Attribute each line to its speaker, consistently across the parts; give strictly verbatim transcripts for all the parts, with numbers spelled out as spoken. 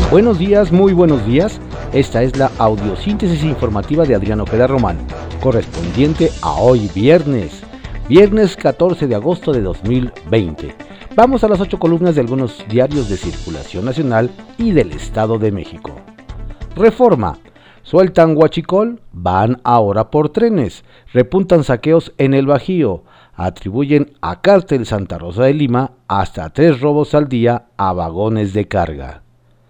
Speaker 1: Buenos días, muy buenos días. Esta es la audiosíntesis informativa de Adrián Ojeda Román, correspondiente a hoy viernes, viernes catorce de agosto de dos mil veinte. Vamos a las ocho columnas de algunos diarios de circulación nacional y del Estado de México. Reforma. Sueltan huachicol, van ahora por trenes. Repuntan saqueos en el Bajío. Atribuyen a Cártel Santa Rosa de Lima hasta tres robos al día a vagones de carga.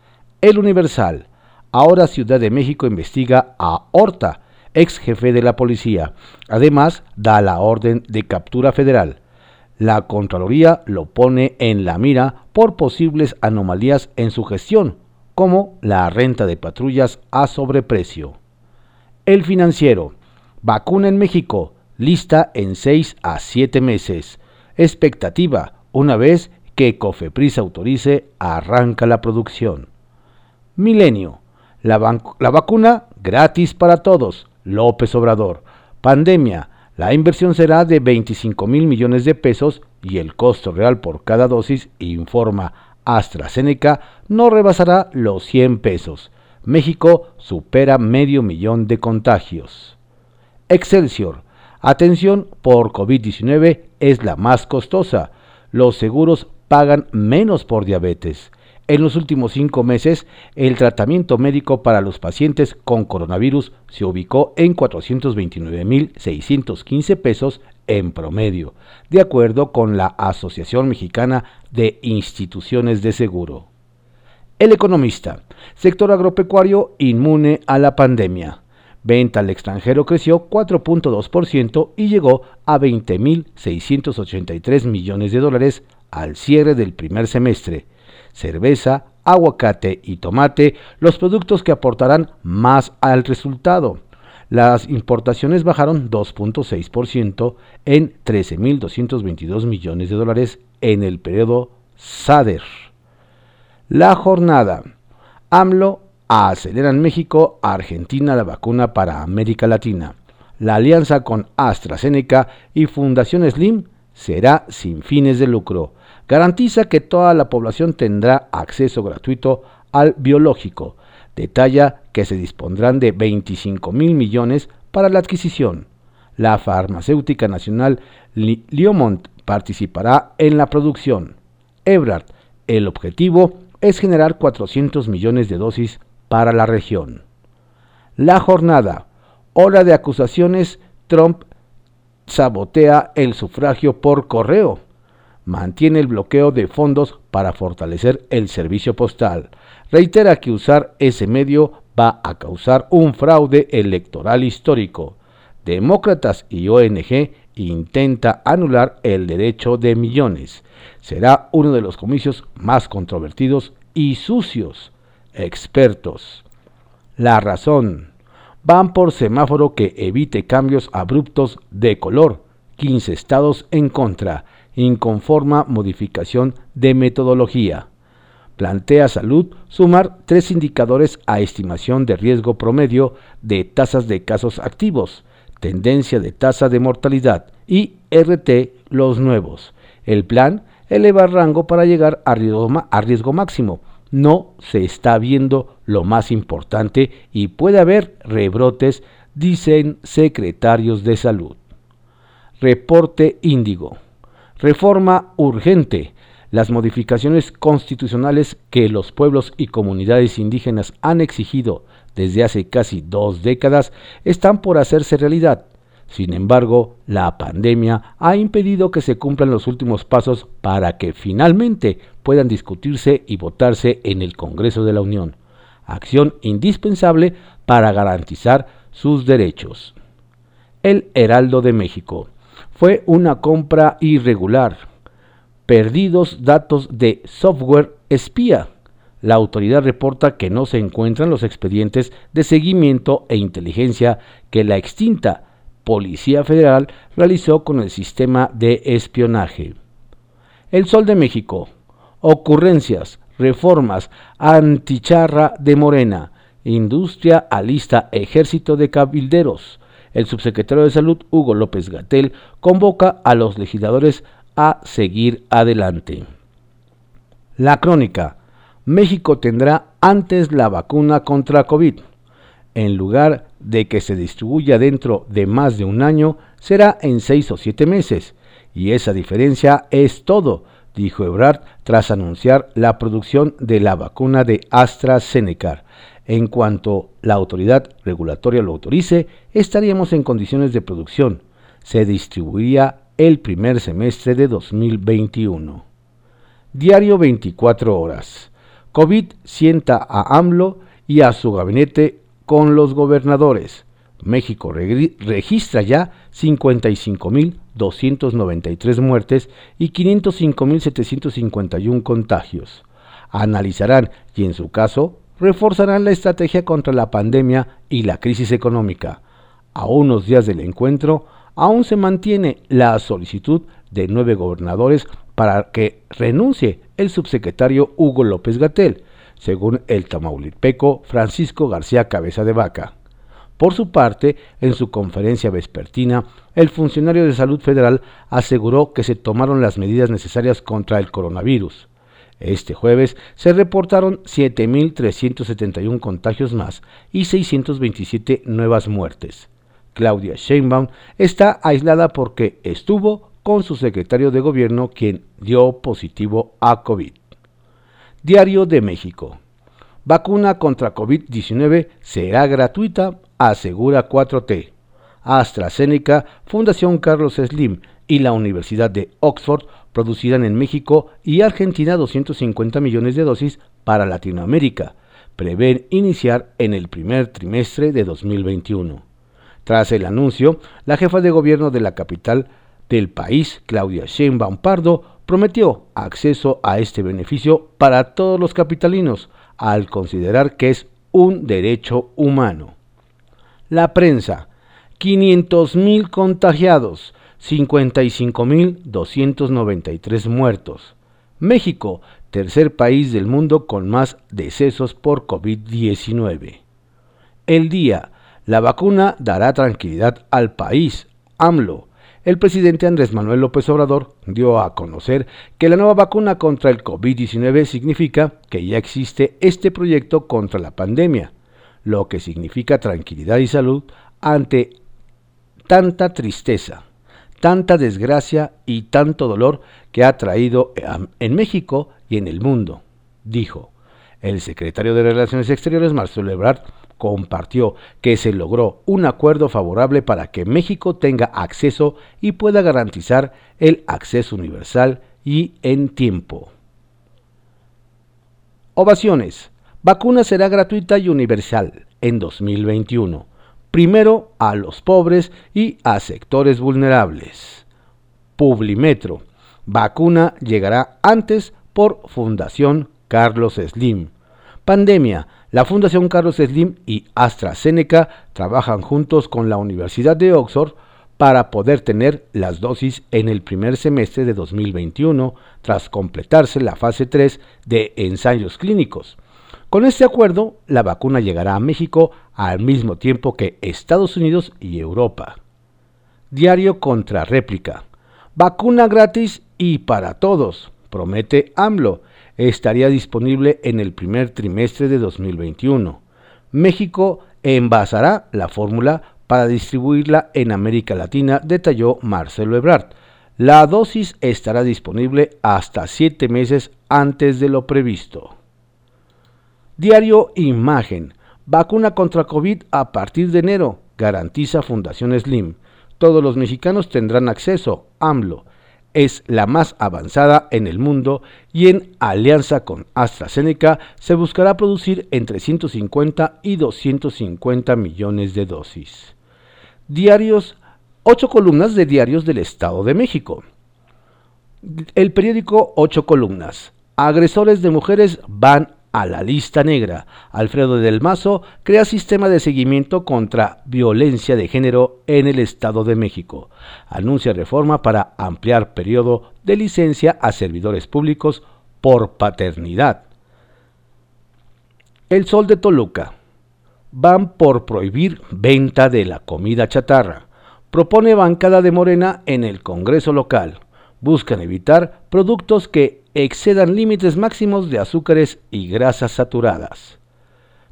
Speaker 1: El Universal. Ahora Ciudad de México investiga a Horta, ex jefe de la policía. Además, da la orden de captura federal. La Contraloría lo pone en la mira por posibles anomalías en su gestión, como la renta de patrullas a sobreprecio. El Financiero. Vacuna en México, lista en seis a siete meses. Expectativa, una vez que Cofepris autorice, arranca la producción. Milenio. La, la vacuna gratis para todos. López Obrador. Pandemia. La inversión será de veinticinco mil millones de pesos y el costo real por cada dosis, informa AstraZeneca, no rebasará los cien pesos. México supera medio millón de contagios. Excelsior. Atención por COVID diecinueve es la más costosa. Los seguros pagan menos por diabetes. En los últimos cinco meses, el tratamiento médico para los pacientes con coronavirus se ubicó en cuatrocientos veintinueve mil seiscientos quince pesos en promedio, de acuerdo con la Asociación Mexicana de Instituciones de Seguro. El Economista. Sector agropecuario inmune a la pandemia. Venta al extranjero creció cuatro punto dos por ciento y llegó a veinte mil seiscientos ochenta y tres millones de dólares al cierre del primer semestre. Cerveza, aguacate y tomate, los productos que aportarán más al resultado. Las importaciones bajaron dos punto seis por ciento en trece mil doscientos veintidós millones de dólares en el periodo S A D E R. La Jornada. AMLO acelera en México a Argentina la vacuna para América Latina. La alianza con AstraZeneca y Fundación Slim será sin fines de lucro. Garantiza que toda la población tendrá acceso gratuito al biológico. Detalla que se dispondrán de veinticinco mil millones para la adquisición. La farmacéutica nacional Liomont participará en la producción. Ebrard, el objetivo es generar cuatrocientos millones de dosis para la región. La Jornada. Ola de acusaciones. Trump sabotea el sufragio por correo. Mantiene el bloqueo de fondos para fortalecer el servicio postal. Reitera que usar ese medio va a causar un fraude electoral histórico. Demócratas y O N G intenta anular el derecho de millones. Será uno de los comicios más controvertidos y sucios. Expertos. La Razón. Van por semáforo que evite cambios abruptos de color. quince estados en contra. Inconforma modificación de metodología. Plantea Salud sumar tres indicadores a estimación de riesgo promedio de tasas de casos activos, tendencia de tasa de mortalidad y R T los nuevos. El plan eleva rango para llegar a riesgo, a riesgo máximo. No se está viendo lo más importante y puede haber rebrotes, dicen secretarios de salud. Reporte Índigo. Reforma urgente. Las modificaciones constitucionales que los pueblos y comunidades indígenas han exigido desde hace casi dos décadas están por hacerse realidad. Sin embargo, la pandemia ha impedido que se cumplan los últimos pasos para que finalmente puedan discutirse y votarse en el Congreso de la Unión. Acción indispensable para garantizar sus derechos. El Heraldo de México. Fue una compra irregular. Perdidos datos de software espía. La autoridad reporta que no se encuentran los expedientes de seguimiento e inteligencia que la extinta Policía Federal realizó con el sistema de espionaje. El Sol de México. Ocurrencias, reformas, anticharra de Morena. Industria alista ejército de cabilderos. El subsecretario de Salud, Hugo López-Gatell, convoca a los legisladores a seguir adelante. La Crónica. México tendrá antes la vacuna contra COVID. En lugar de que se distribuya dentro de más de un año, será en seis o siete meses. Y esa diferencia es todo, dijo Ebrard tras anunciar la producción de la vacuna de AstraZeneca. En cuanto la autoridad regulatoria lo autorice, estaríamos en condiciones de producción. Se distribuiría el primer semestre de dos mil veintiuno. Diario veinticuatro horas. COVID sienta a AMLO y a su gabinete con los gobernadores. México re- registra ya cincuenta y cinco mil doscientas noventa y tres muertes y quinientos cinco mil setecientos cincuenta y uno contagios. Analizarán y, en su caso, reforzarán la estrategia contra la pandemia y la crisis económica. A unos días del encuentro, aún se mantiene la solicitud de nueve gobernadores para que renuncie el subsecretario Hugo López-Gatell, según el tamaulipeco Francisco García Cabeza de Vaca. Por su parte, en su conferencia vespertina, el funcionario de Salud Federal aseguró que se tomaron las medidas necesarias contra el coronavirus. Este jueves se reportaron siete mil trescientos setenta y uno contagios más y seiscientas veintisiete nuevas muertes. Claudia Sheinbaum está aislada porque estuvo con su secretario de gobierno, quien dio positivo a COVID. Diario de México. Vacuna contra COVID diecinueve será gratuita, asegura cuatro T. AstraZeneca, Fundación Carlos Slim y la Universidad de Oxford producirán en México y Argentina doscientos cincuenta millones de dosis para Latinoamérica. Prevén iniciar en el primer trimestre de dos mil veintiuno. Tras el anuncio, la jefa de gobierno de la capital del país, Claudia Sheinbaum Pardo, prometió acceso a este beneficio para todos los capitalinos, al considerar que es un derecho humano. La prensa. quinientos mil contagiados, cincuenta y cinco mil doscientos noventa y tres muertos. México, tercer país del mundo con más decesos por COVID diecinueve. El Día. La vacuna dará tranquilidad al país. AMLO. El presidente Andrés Manuel López Obrador dio a conocer que la nueva vacuna contra el COVID diecinueve significa que ya existe este proyecto contra la pandemia, lo que significa tranquilidad y salud ante tanta tristeza, tanta desgracia y tanto dolor que ha traído en México y en el mundo, dijo. El secretario de Relaciones Exteriores, Marcelo Ebrard, compartió que se logró un acuerdo favorable para que México tenga acceso y pueda garantizar el acceso universal y en tiempo. Ovaciones. Vacuna será gratuita y universal en dos mil veintiuno. Primero a los pobres y a sectores vulnerables. Publimetro. Vacuna llegará antes por Fundación Carlos Slim. Pandemia. La Fundación Carlos Slim y AstraZeneca trabajan juntos con la Universidad de Oxford para poder tener las dosis en el primer semestre de dos mil veintiuno, tras completarse la fase tres de ensayos clínicos. Con este acuerdo, la vacuna llegará a México al mismo tiempo que Estados Unidos y Europa. Diario contra réplica. Vacuna gratis y para todos, promete AMLO. Estaría disponible en el primer trimestre de dos mil veintiuno. México envasará la fórmula para distribuirla en América Latina, detalló Marcelo Ebrard. La dosis estará disponible hasta siete meses antes de lo previsto. Diario Imagen. Vacuna contra COVID a partir de enero, garantiza Fundación Slim. Todos los mexicanos tendrán acceso, AMLO. Es la más avanzada en el mundo y en alianza con AstraZeneca se buscará producir entre ciento cincuenta y doscientos cincuenta millones de dosis. Diarios, ocho columnas de diarios del Estado de México. El periódico Ocho Columnas. Agresores de mujeres van a la lista negra. Alfredo del Mazo crea sistema de seguimiento contra violencia de género en el Estado de México. Anuncia reforma para ampliar periodo de licencia a servidores públicos por paternidad. El Sol de Toluca. Van por prohibir venta de la comida chatarra. Propone bancada de Morena en el Congreso local. Buscan evitar productos que excedan límites máximos de azúcares y grasas saturadas.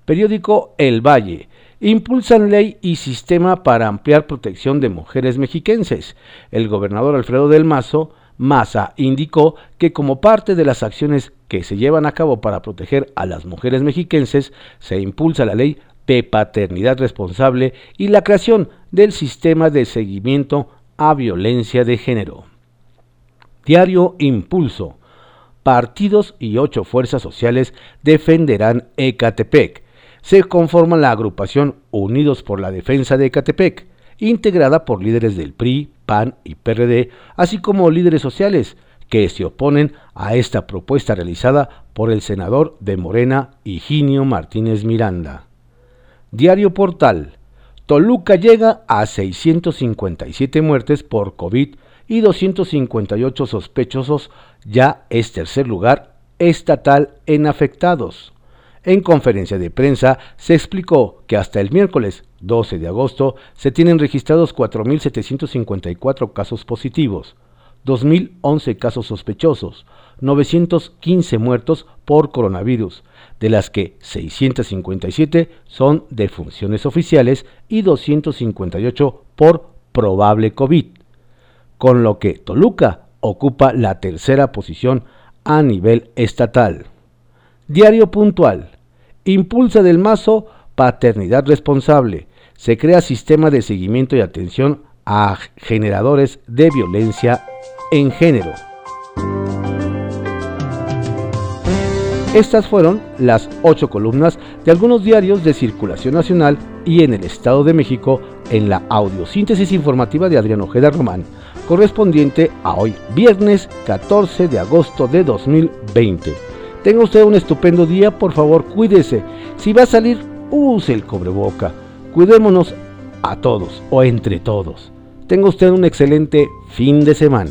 Speaker 1: Periódico El Valle. Impulsan ley y sistema para ampliar protección de mujeres mexiquenses. El gobernador Alfredo del Mazo Maza indicó que como parte de las acciones que se llevan a cabo para proteger a las mujeres mexiquenses, se impulsa la ley de paternidad responsable y la creación del sistema de seguimiento a violencia de género. Diario Impulso. Partidos y ocho fuerzas sociales defenderán Ecatepec. Se conforma la agrupación Unidos por la Defensa de Ecatepec, integrada por líderes del P R I, P A N y P R D, así como líderes sociales que se oponen a esta propuesta realizada por el senador de Morena, Higinio Martínez Miranda. Diario Portal. Toluca llega a seiscientas cincuenta y siete muertes por COVID y doscientos cincuenta y ocho sospechosos, ya es tercer lugar estatal en afectados. En conferencia de prensa se explicó que hasta el miércoles doce de agosto se tienen registrados cuatro mil setecientos cincuenta y cuatro casos positivos, dos mil once casos sospechosos, novecientos quince muertos por coronavirus, de las que seiscientas cincuenta y siete son defunciones oficiales y doscientos cincuenta y ocho por probable COVID, con lo que Toluca ocupa la tercera posición a nivel estatal. Diario Puntual. Impulsa del Mazo paternidad responsable. Se crea sistema de seguimiento y atención a generadores de violencia en género. Estas fueron las ocho columnas de algunos diarios de circulación nacional y en el Estado de México en la audiosíntesis informativa de Adrián Ojeda Román, correspondiente a hoy, viernes catorce de agosto de dos mil veinte. Tenga usted un estupendo día, por favor, cuídese. Si va a salir, use el cubreboca. Cuidémonos a todos o entre todos. Tenga usted un excelente fin de semana.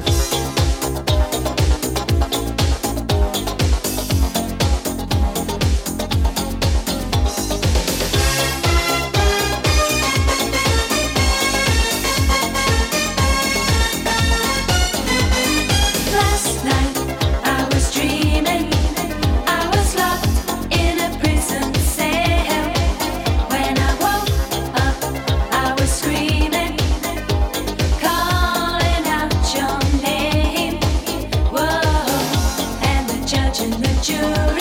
Speaker 2: You